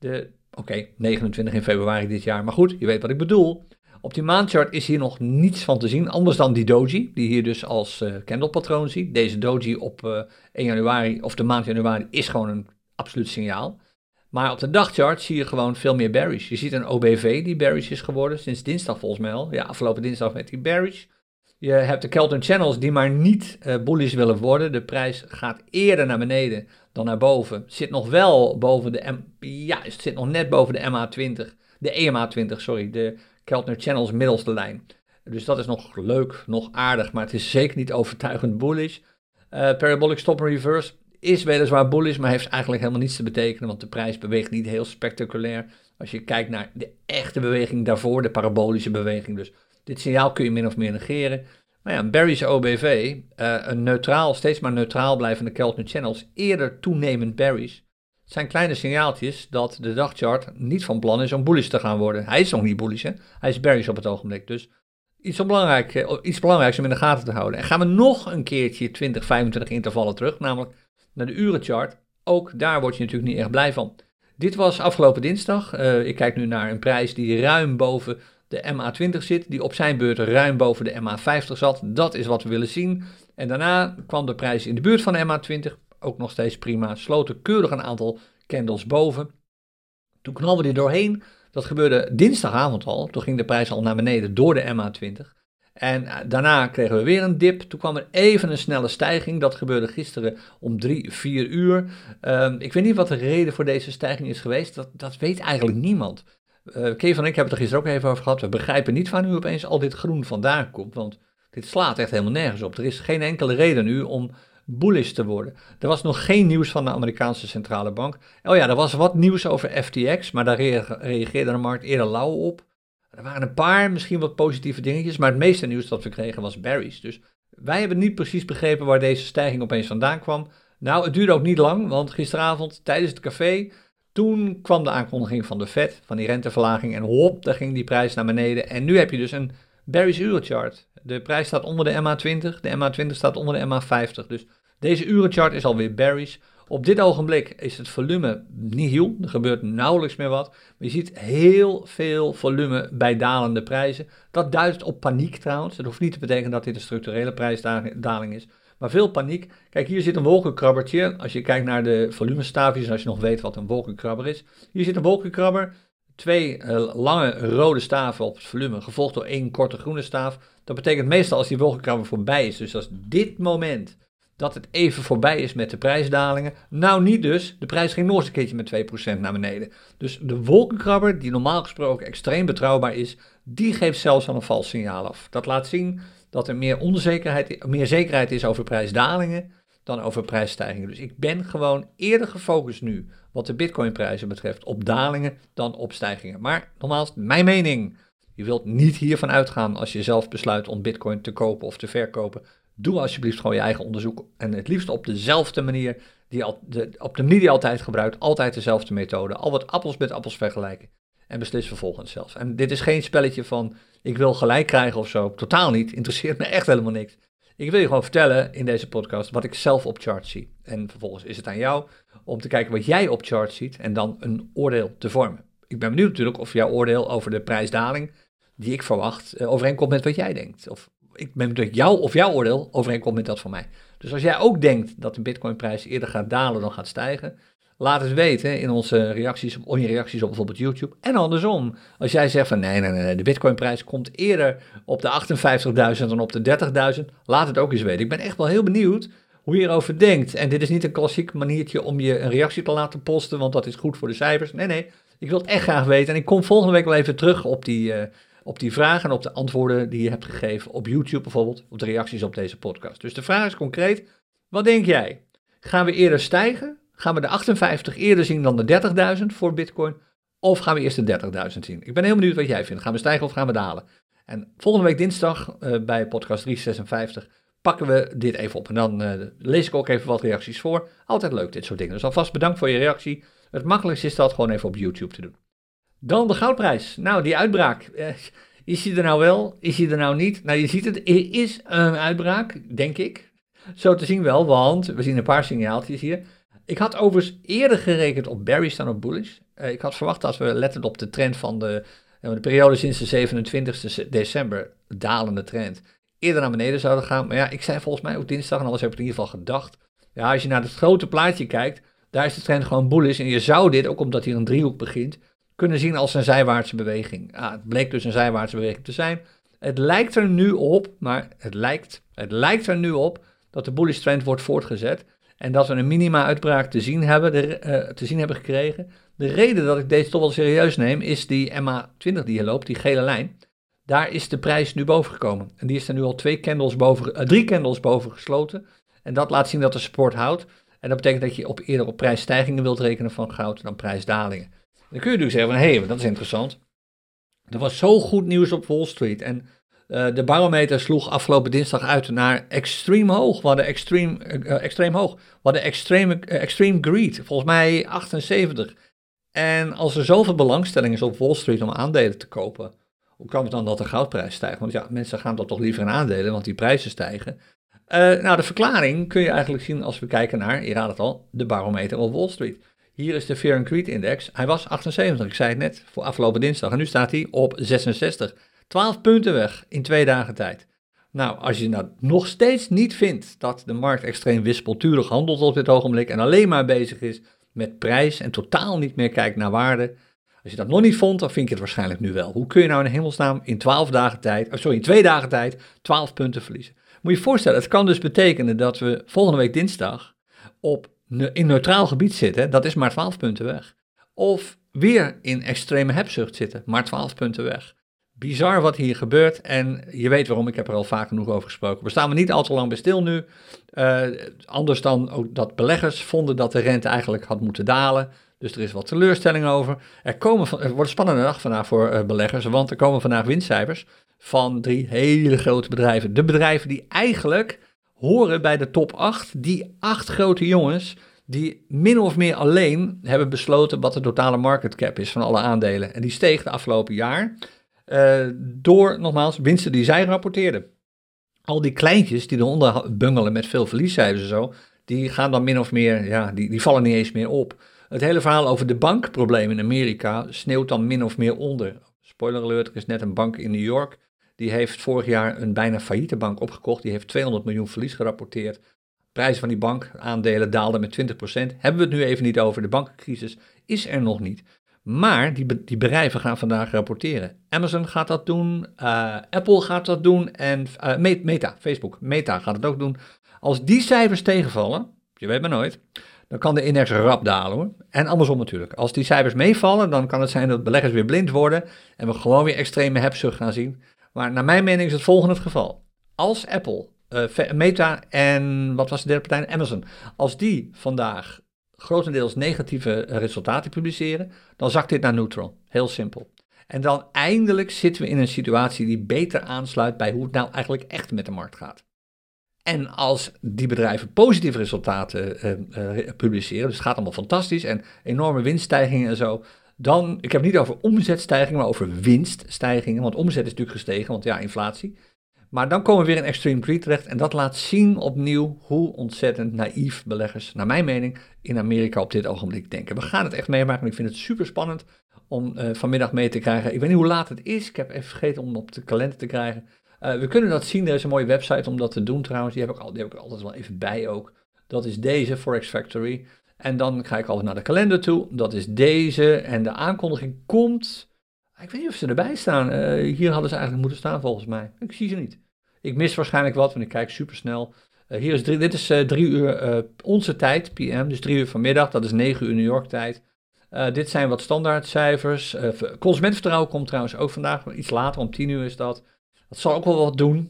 29 in februari dit jaar. Maar goed, je weet wat ik bedoel. Op die maandchart is hier nog niets van te zien, anders dan die doji, die hier dus als candlepatroon ziet. Deze doji op 1 januari, of de maand januari, is gewoon een absoluut signaal. Maar op de dagchart zie je gewoon veel meer bearish. Je ziet een OBV die bearish is geworden, sinds dinsdag volgens mij al. Ja, afgelopen dinsdag werd die bearish. Je hebt de Kelton Channels die maar niet bullish willen worden. De prijs gaat eerder naar beneden dan naar boven. Zit nog wel boven het zit nog net boven de MA20, de EMA20, sorry, de Keltner Channels middelste lijn. Dus dat is nog leuk, nog aardig, maar het is zeker niet overtuigend bullish. Parabolic Stop and Reverse is weliswaar bullish, maar heeft eigenlijk helemaal niets te betekenen, want de prijs beweegt niet heel spectaculair. Als je kijkt naar de echte beweging daarvoor, de parabolische beweging. Dus dit signaal kun je min of meer negeren. Maar ja, een bearish OBV, een neutraal, steeds maar neutraal blijvende Keltner Channels, eerder toenemend bearish. Het zijn kleine signaaltjes dat de dagchart niet van plan is om bullish te gaan worden. Hij is nog niet bullish, hè? Hij is bearish op het ogenblik. Dus iets belangrijks om in de gaten te houden. En gaan we nog een keertje 20, 25 intervallen terug, namelijk naar de urenchart. Ook daar word je natuurlijk niet echt blij van. Dit was afgelopen dinsdag. Ik kijk nu naar een prijs die ruim boven de MA20 zit, die op zijn beurt ruim boven de MA50 zat. Dat is wat we willen zien. En daarna kwam de prijs in de buurt van de MA20, ook nog steeds prima, sloten keurig een aantal candles boven. Toen knalden we er doorheen. Dat gebeurde dinsdagavond al. Toen ging de prijs al naar beneden door de MA20. En daarna kregen we weer een dip. Toen kwam er even een snelle stijging. Dat gebeurde gisteren om 3-4 uur. Ik weet niet wat de reden voor deze stijging is geweest. Dat weet eigenlijk niemand. Kees en ik hebben het er gisteren ook even over gehad. We begrijpen niet waar nu opeens al dit groen vandaan komt. Want dit slaat echt helemaal nergens op. Er is geen enkele reden nu om bullish te worden. Er was nog geen nieuws van de Amerikaanse centrale bank. Oh ja, er was wat nieuws over FTX, maar daar reageerde de markt eerder lauw op. Er waren een paar, misschien wat positieve dingetjes, maar het meeste nieuws dat we kregen was Barry's. Dus wij hebben niet precies begrepen waar deze stijging opeens vandaan kwam. Nou, het duurde ook niet lang, want gisteravond tijdens het café, toen kwam de aankondiging van de Fed, van die renteverlaging, en hop, daar ging die prijs naar beneden. En nu heb je dus een Barry's urenchart. De prijs staat onder de MA20, de MA20 staat onder de MA50. Dus deze urenchart is alweer Barry's. Op dit ogenblik is het volume nihil, er gebeurt nauwelijks meer wat. Maar je ziet heel veel volume bij dalende prijzen. Dat duidt op paniek trouwens. Dat hoeft niet te betekenen dat dit een structurele prijsdaling is. Maar veel paniek. Kijk, hier zit een wolkenkrabbertje. Als je kijkt naar de volumestaafjes, en als je nog weet wat een wolkenkrabber is. Hier zit een wolkenkrabber. 2 lange rode staven op het volume, gevolgd door 1 korte groene staaf. Dat betekent meestal als die wolkenkrabber voorbij is, dus als dit moment dat het even voorbij is met de prijsdalingen. Nou niet dus, de prijs ging nog eens een keertje met 2% naar beneden. Dus de wolkenkrabber, die normaal gesproken extreem betrouwbaar is, die geeft zelfs al een vals signaal af. Dat laat zien dat er meer zekerheid is over prijsdalingen dan over prijsstijgingen. Dus ik ben gewoon eerder gefocust nu, wat de bitcoinprijzen betreft, op dalingen dan op stijgingen. Maar nogmaals, mijn mening, je wilt niet hiervan uitgaan als je zelf besluit om bitcoin te kopen of te verkopen. Doe alsjeblieft gewoon je eigen onderzoek en het liefst op dezelfde manier, op de manier die je altijd gebruikt, altijd dezelfde methode. Al wat appels met appels vergelijken en beslis vervolgens zelf. En dit is geen spelletje van ik wil gelijk krijgen of zo, totaal niet, interesseert me echt helemaal niks. Ik wil je gewoon vertellen in deze podcast wat ik zelf op charts zie. En vervolgens is het aan jou om te kijken wat jij op charts ziet en dan een oordeel te vormen. Ik ben benieuwd natuurlijk of jouw oordeel over de prijsdaling die ik verwacht overeenkomt met wat jij denkt. Of ik ben benieuwd jouw oordeel overeenkomt met dat van mij. Dus als jij ook denkt dat de bitcoinprijs eerder gaat dalen dan gaat stijgen, laat het weten in onze reacties, op bijvoorbeeld YouTube. En andersom, als jij zegt van nee, de bitcoinprijs komt eerder op de 58.000 dan op de 30.000, laat het ook eens weten. Ik ben echt wel heel benieuwd hoe je erover denkt. En dit is niet een klassiek maniertje om je een reactie te laten posten, want dat is goed voor de cijfers. Nee, ik wil het echt graag weten. En ik kom volgende week wel even terug op die vragen en op de antwoorden die je hebt gegeven op YouTube bijvoorbeeld, op de reacties op deze podcast. Dus de vraag is concreet, wat denk jij? Gaan we eerder stijgen? Gaan we de 58 eerder zien dan de 30.000 voor bitcoin? Of gaan we eerst de 30.000 zien? Ik ben heel benieuwd wat jij vindt. Gaan we stijgen of gaan we dalen? En volgende week dinsdag bij podcast 356 pakken we dit even op. En dan lees ik ook even wat reacties voor. Altijd leuk dit soort dingen. Dus alvast bedankt voor je reactie. Het makkelijkste is dat gewoon even op YouTube te doen. Dan de goudprijs. Nou, die uitbraak. Is die er nou wel? Is die er nou niet? Nou, je ziet het. Er is een uitbraak, denk ik. Zo te zien wel, want we zien een paar signaaltjes hier. Ik had overigens eerder gerekend op bearish dan op bullish. Ik had verwacht dat we letten op de trend van de periode sinds de 27 december, dalende trend, eerder naar beneden zouden gaan. Maar ja, ik zei volgens mij ook dinsdag, en alles heb ik in ieder geval gedacht. Ja, als je naar het grote plaatje kijkt, daar is de trend gewoon bullish. En je zou dit, ook omdat hier een driehoek begint, kunnen zien als een zijwaartse beweging. Het bleek dus een zijwaartse beweging te zijn. Het lijkt er nu op, maar het lijkt er nu op dat de bullish trend wordt voortgezet. En dat we een minima-uitbraak te zien hebben gekregen. De reden dat ik deze toch wel serieus neem, is die MA20 die hier loopt, die gele lijn. Daar is de prijs nu boven gekomen. En die is er nu al 3 candles boven gesloten. En dat laat zien dat de support houdt. En dat betekent dat je eerder op prijsstijgingen wilt rekenen van goud dan prijsdalingen. Dan kun je natuurlijk zeggen van, hé, dat is interessant. Er was zo goed nieuws op Wall Street. En de barometer sloeg afgelopen dinsdag uit naar extreme hoog. We hadden extreem hoog. We hadden extreme greed. Volgens mij 78. En als er zoveel belangstelling is op Wall Street om aandelen te kopen, hoe kan het dan dat de goudprijs stijgt? Want ja, mensen gaan dat toch liever in aandelen, want die prijzen stijgen. Nou, de verklaring kun je eigenlijk zien als we kijken naar, je raadt het al, de barometer op Wall Street. Hier is de Fear and Greed Index. Hij was 78, ik zei het net, voor afgelopen dinsdag. En nu staat hij op 66. 12 punten weg in 2 dagen tijd. Nou, als je nou nog steeds niet vindt dat de markt extreem wispelturig handelt op dit ogenblik en alleen maar bezig is met prijs en totaal niet meer kijkt naar waarde. Als je dat nog niet vond, dan vind je het waarschijnlijk nu wel. Hoe kun je nou in hemelsnaam in 2 dagen tijd 12 punten verliezen? Moet je je voorstellen, het kan dus betekenen dat we volgende week dinsdag in neutraal gebied zitten, dat is maar 12 punten weg. Of weer in extreme hebzucht zitten, maar 12 punten weg. Bizar wat hier gebeurt en je weet waarom, ik heb er al vaak genoeg over gesproken. We staan er niet al te lang bij stil nu, anders dan ook dat beleggers vonden dat de rente eigenlijk had moeten dalen. Dus er is wat teleurstelling over. Het wordt een spannende dag vandaag voor beleggers, want er komen vandaag winstcijfers van 3 hele grote bedrijven. De bedrijven die eigenlijk horen bij de top 8, die 8 grote jongens die min of meer alleen hebben besloten wat de totale market cap is van alle aandelen. En die steeg de afgelopen jaar door, nogmaals, winsten die zij rapporteerden. Al die kleintjes die eronder bungelen met veel verliescijfers en zo, die gaan dan min of meer, ja, die vallen niet eens meer op. Het hele verhaal over de bankproblemen in Amerika sneeuwt dan min of meer onder. Spoiler alert, er is net een bank in New York, die heeft vorig jaar een bijna failliete bank opgekocht, die heeft 200 miljoen verlies gerapporteerd. Prijzen van die bankaandelen daalden met 20%. Hebben we het nu even niet over, de bankencrisis is er nog niet. Maar die bedrijven gaan vandaag rapporteren. Amazon gaat dat doen, Apple gaat dat doen en Facebook, Meta gaat het ook doen. Als die cijfers tegenvallen, je weet maar nooit, dan kan de index rap dalen hoor. En andersom natuurlijk. Als die cijfers meevallen, dan kan het zijn dat beleggers weer blind worden en we gewoon weer extreme hebzucht gaan zien. Maar naar mijn mening is het volgende het geval. Als Apple, Meta en wat was de derde partij? Amazon. Als die vandaag grotendeels negatieve resultaten publiceren, dan zakt dit naar neutral. Heel simpel. En dan eindelijk zitten we in een situatie die beter aansluit bij hoe het nou eigenlijk echt met de markt gaat. En als die bedrijven positieve resultaten publiceren, dus het gaat allemaal fantastisch en enorme winststijgingen en zo, dan, ik heb het niet over omzetstijgingen, maar over winststijgingen, want omzet is natuurlijk gestegen, want ja, inflatie. Maar dan komen we weer in extreme greed terecht en dat laat zien opnieuw hoe ontzettend naïef beleggers, naar mijn mening, in Amerika op dit ogenblik denken. We gaan het echt meemaken en ik vind het super spannend om vanmiddag mee te krijgen. Ik weet niet hoe laat het is, ik heb even vergeten om op de kalender te krijgen. We kunnen dat zien, er is een mooie website om dat te doen trouwens, die heb ik altijd wel even bij ook. Dat is deze, Forex Factory. En dan ga ik altijd naar de kalender toe, dat is deze en de aankondiging komt. Ik weet niet of ze erbij staan, hier hadden ze eigenlijk moeten staan volgens mij. Ik zie ze niet. Ik mis waarschijnlijk wat, want ik kijk super snel. Dit is 3 uur onze tijd, PM, dus 3 uur vanmiddag, dat is 9 uur New York tijd. Dit zijn wat standaardcijfers. Consumentenvertrouwen komt trouwens ook vandaag, iets later, om 10 uur is dat. Dat zal ook wel wat doen.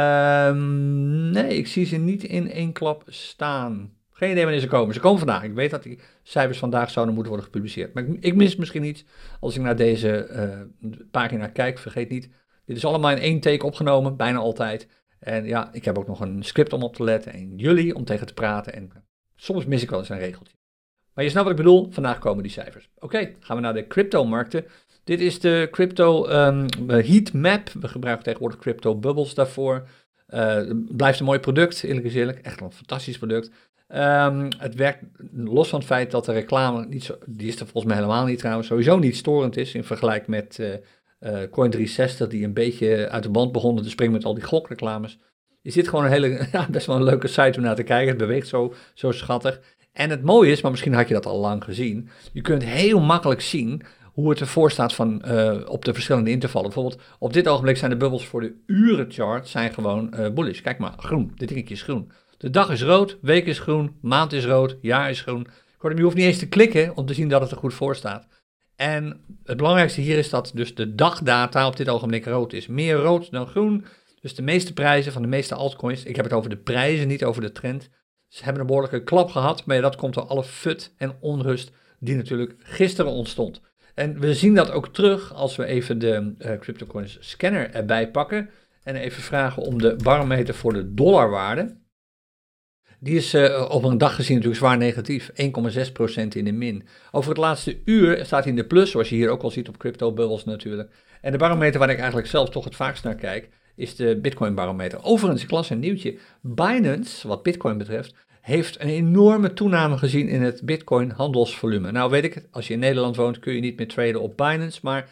Nee, ik zie ze niet in één klap staan. Geen idee wanneer ze komen. Ze komen vandaag. Ik weet dat die cijfers vandaag zouden moeten worden gepubliceerd. Maar ik mis misschien iets als ik naar deze pagina kijk. Vergeet niet, dit is allemaal in 1 take opgenomen, bijna altijd. En ja, ik heb ook nog een script om op te letten en jullie om tegen te praten. En soms mis ik wel eens een regeltje. Maar je snapt wat ik bedoel, vandaag komen die cijfers. Oké, gaan we naar de crypto-markten. Dit is de crypto heatmap. We gebruiken tegenwoordig crypto bubbles daarvoor. Blijft een mooi product, eerlijk is eerlijk. Echt een fantastisch product. Het werkt los van het feit dat de reclame, die is er volgens mij helemaal niet trouwens, sowieso niet storend is in vergelijking met Coin360, die een beetje uit de band begonnen te springen met al die gokreclames. Je zit gewoon een hele, best wel een leuke site om naar te kijken. Het beweegt zo schattig. En het mooie is, maar misschien had je dat al lang gezien, je kunt heel makkelijk zien hoe het ervoor staat op de verschillende intervallen. Bijvoorbeeld, op dit ogenblik zijn de bubbels voor de urenchart zijn gewoon bullish. Kijk maar, groen. Dit dingetje is groen. De dag is rood, week is groen, maand is rood, jaar is groen. Je hoeft niet eens te klikken om te zien dat het er goed voor staat. En het belangrijkste hier is dat dus de dagdata op dit ogenblik rood is. Meer rood dan groen. Dus de meeste prijzen van de meeste altcoins, ik heb het over de prijzen, niet over de trend. Ze hebben een behoorlijke klap gehad, maar dat komt door alle fut en onrust die natuurlijk gisteren ontstond. En we zien dat ook terug als we even de CryptoCoins scanner erbij pakken en even vragen om de barometer voor de dollarwaarde. Die is op een dag gezien natuurlijk zwaar negatief, 1,6% in de min. Over het laatste uur staat hij in de plus, zoals je hier ook al ziet op crypto bubbles natuurlijk. En de barometer waar ik eigenlijk zelf toch het vaakst naar kijk, is de Bitcoin barometer. Overigens, ik las een nieuwtje. Binance, wat Bitcoin betreft, heeft een enorme toename gezien in het Bitcoin handelsvolume. Nou weet ik het, als je in Nederland woont kun je niet meer traden op Binance, maar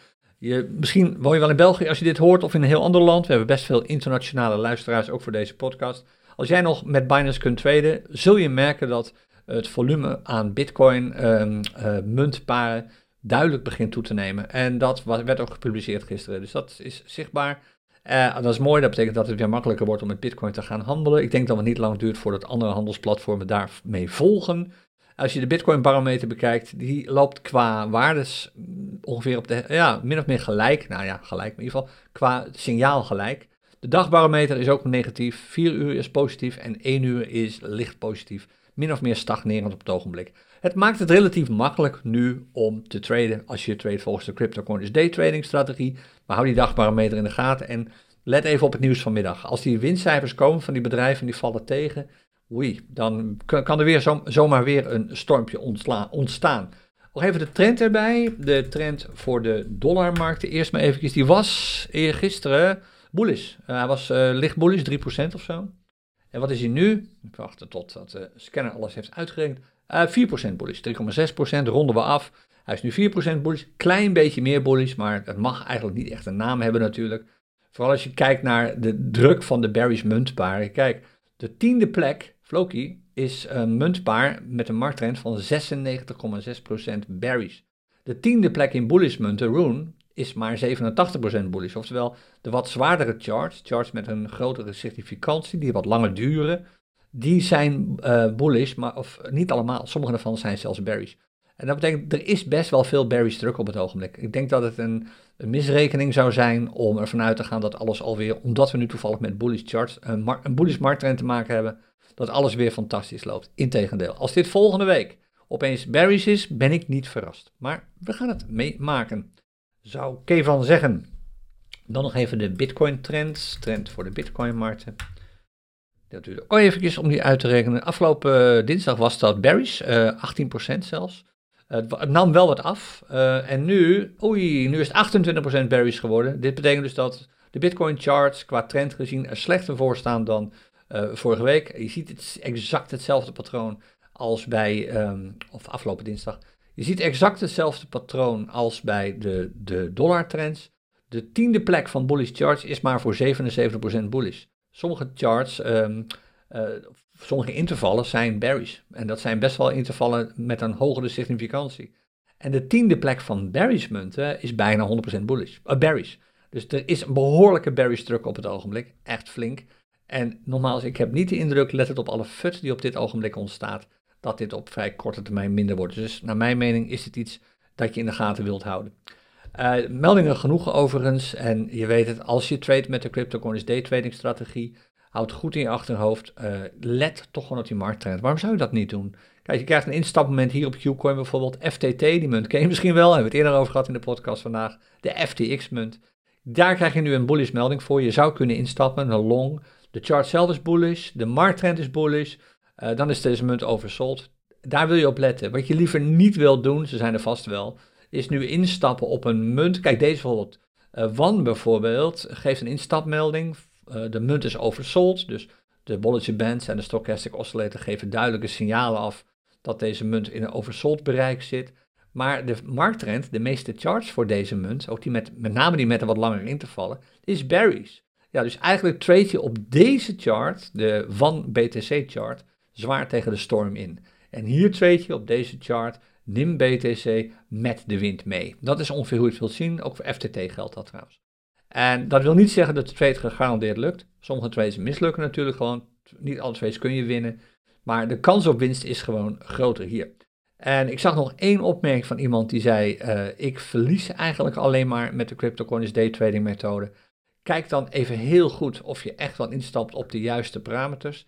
Misschien woon je wel in België als je dit hoort of in een heel ander land. We hebben best veel internationale luisteraars, ook voor deze podcast. Als jij nog met Binance kunt traden, zul je merken dat het volume aan Bitcoin muntparen duidelijk begint toe te nemen. En dat werd ook gepubliceerd gisteren, dus dat is zichtbaar. Dat is mooi, dat betekent dat het weer makkelijker wordt om met Bitcoin te gaan handelen. Ik denk dat het niet lang duurt voordat andere handelsplatformen daarmee volgen. Als je de Bitcoin barometer bekijkt, die loopt qua waardes ongeveer op de, min of meer gelijk. Nou ja, gelijk, maar in ieder geval qua signaal gelijk. De dagbarometer is ook negatief, 4 uur is positief en 1 uur is licht positief. Min of meer stagnerend op het ogenblik. Het maakt het relatief makkelijk nu om te traden als je trade volgens de CryptoCoins daytrading strategie. Maar hou die dagbarometer in de gaten en let even op het nieuws vanmiddag. Als die winstcijfers komen van die bedrijven die vallen tegen, dan kan er weer zomaar weer een stormpje ontstaan. Nog even de trend erbij. De trend voor de dollarmarkten. Eerst maar eventjes. Die was gisteren bullish. Hij was licht bullish, 3% of zo. En wat is hij nu? Ik wacht totdat de scanner alles heeft uitgerekend. 4% bullish, 3,6% ronden we af. Hij is nu 4% bullish. Klein beetje meer bullish, maar het mag eigenlijk niet echt een naam hebben natuurlijk. Vooral als je kijkt naar de druk van de bearish muntparen. Kijk, de 10e plek, Floki, is een muntpaar met een markttrend van 96,6% bearish. De 10e plek in bullish munten, Rune, is maar 87% bullish. Oftewel, de wat zwaardere charts met een grotere significantie, die wat langer duren, die zijn bullish, maar of niet allemaal. Sommige daarvan zijn zelfs bearish. En dat betekent, er is best wel veel bearish druk op het ogenblik. Ik denk dat het een misrekening zou zijn om ervan uit te gaan dat alles alweer, omdat we nu toevallig met bullish charts, een bullish markttrend te maken hebben, dat alles weer fantastisch loopt. Integendeel, als dit volgende week opeens bearish is, ben ik niet verrast. Maar we gaan het meemaken, zou Kevan zeggen. Dan nog even de Bitcoin trend voor de Bitcoin markten. Natuurlijk ook eventjes om die uit te rekenen. Afgelopen dinsdag was dat bearish, 18% zelfs. Het nam wel wat af. En nu is het 28% bearish geworden. Dit betekent dus dat de Bitcoin charts qua trend gezien er slechter voor staan dan vorige week. Je ziet exact hetzelfde patroon als bij, of afgelopen dinsdag. Je ziet exact hetzelfde patroon als bij de dollar trends. De 10e plek van bullish charts is maar voor 77% bullish. Sommige charts, sommige intervallen zijn bearish. En dat zijn best wel intervallen met een hogere significantie. En de 10e plek van bearish munten is bijna 100% bearish. Dus er is een behoorlijke bearish druk op het ogenblik. Echt flink. En nogmaals, ik heb niet de indruk, let het op alle FUD die op dit ogenblik ontstaat, dat dit op vrij korte termijn minder wordt. Dus naar mijn mening is dit iets dat je in de gaten wilt houden. Meldingen genoeg overigens. En je weet het, als je trade met de CryptoCoins daytrading strategie, houd goed in je achterhoofd. Let toch gewoon op die markttrend. Waarom zou je dat niet doen? Kijk, je krijgt een instapmoment hier op Qcoin bijvoorbeeld. FTT, die munt ken je misschien wel. Hebben we het eerder over gehad in de podcast vandaag. De FTX-munt. Daar krijg je nu een bullish melding voor. Je zou kunnen instappen, een long. De chart zelf is bullish. De markttrend is bullish. Dan is deze munt oversold. Daar wil je op letten. Wat je liever niet wilt doen, ze zijn er vast wel, is nu instappen op een munt. Kijk, deze bijvoorbeeld. WAN bijvoorbeeld geeft een instapmelding. De munt is oversold, dus de Bollinger Bands en de Stochastic Oscillator geven duidelijke signalen af dat deze munt in een oversold bereik zit. Maar de markttrend, de meeste charts voor deze munt, ook die met name die met een wat langer intervallen, is bearish. Ja, dus eigenlijk trade je op deze chart, de WAN BTC chart, zwaar tegen de storm in. En hier trade je op deze chart NIM BTC met de wind mee. Dat is ongeveer hoe je het wilt zien. Ook voor FTT geldt dat trouwens. En dat wil niet zeggen dat de trade gegarandeerd lukt. Sommige trades mislukken natuurlijk gewoon. Niet alle trades kun je winnen. Maar de kans op winst is gewoon groter hier. En ik zag nog één opmerking van iemand die zei, ik verlies eigenlijk alleen maar met de CryptoCoins daytrading methode. Kijk dan even heel goed of je echt wel instapt op de juiste parameters.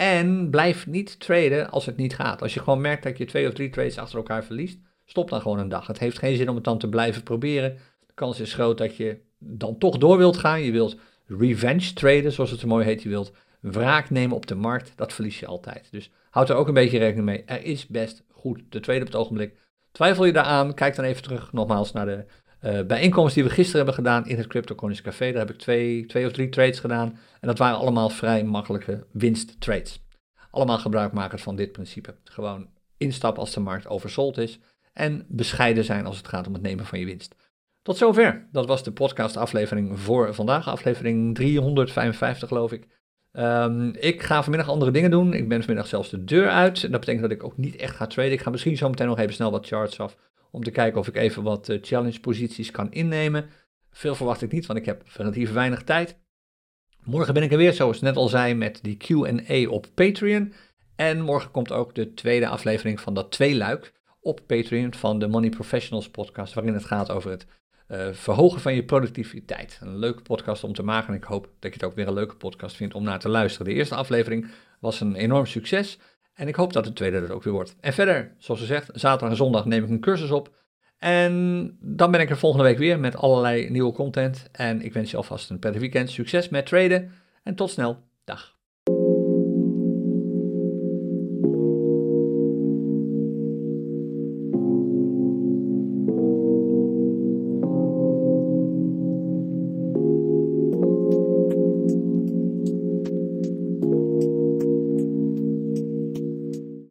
En blijf niet traden als het niet gaat. Als je gewoon merkt dat je 2 of 3 trades achter elkaar verliest, stop dan gewoon een dag. Het heeft geen zin om het dan te blijven proberen. De kans is groot dat je dan toch door wilt gaan. Je wilt revenge traden, zoals het zo mooi heet. Je wilt wraak nemen op de markt. Dat verlies je altijd. Dus houd er ook een beetje rekening mee. Er is best goed te traden op het ogenblik. Twijfel je daaraan? Kijk dan even terug nogmaals naar de bijeenkomst die we gisteren hebben gedaan in het CryptoCoins Café. Daar heb ik twee of drie trades gedaan. En dat waren allemaal vrij makkelijke winsttrades. Allemaal gebruikmakers van dit principe. Gewoon instappen als de markt oversold is. En bescheiden zijn als het gaat om het nemen van je winst. Tot zover. Dat was de podcastaflevering voor vandaag. Aflevering 355 geloof ik. Ik ga vanmiddag andere dingen doen. Ik ben vanmiddag zelfs de deur uit. Dat betekent dat ik ook niet echt ga traden. Ik ga misschien zo meteen nog even snel wat charts af. Om te kijken of ik even wat challenge posities kan innemen. Veel verwacht ik niet, want ik heb relatief weinig tijd. Morgen ben ik er weer, zoals ik net al zei, met die Q&A op Patreon. En morgen komt ook de tweede aflevering van dat tweeluik op Patreon van de Money Professionals podcast, waarin het gaat over het verhogen van je productiviteit. Een leuke podcast om te maken en ik hoop dat je het ook weer een leuke podcast vindt om naar te luisteren. De eerste aflevering was een enorm succes en ik hoop dat de tweede er ook weer wordt. En verder, zoals gezegd, zaterdag en zondag neem ik een cursus op. En dan ben ik er volgende week weer met allerlei nieuwe content. En ik wens je alvast een prettig weekend. Succes met traden en tot snel. Dag.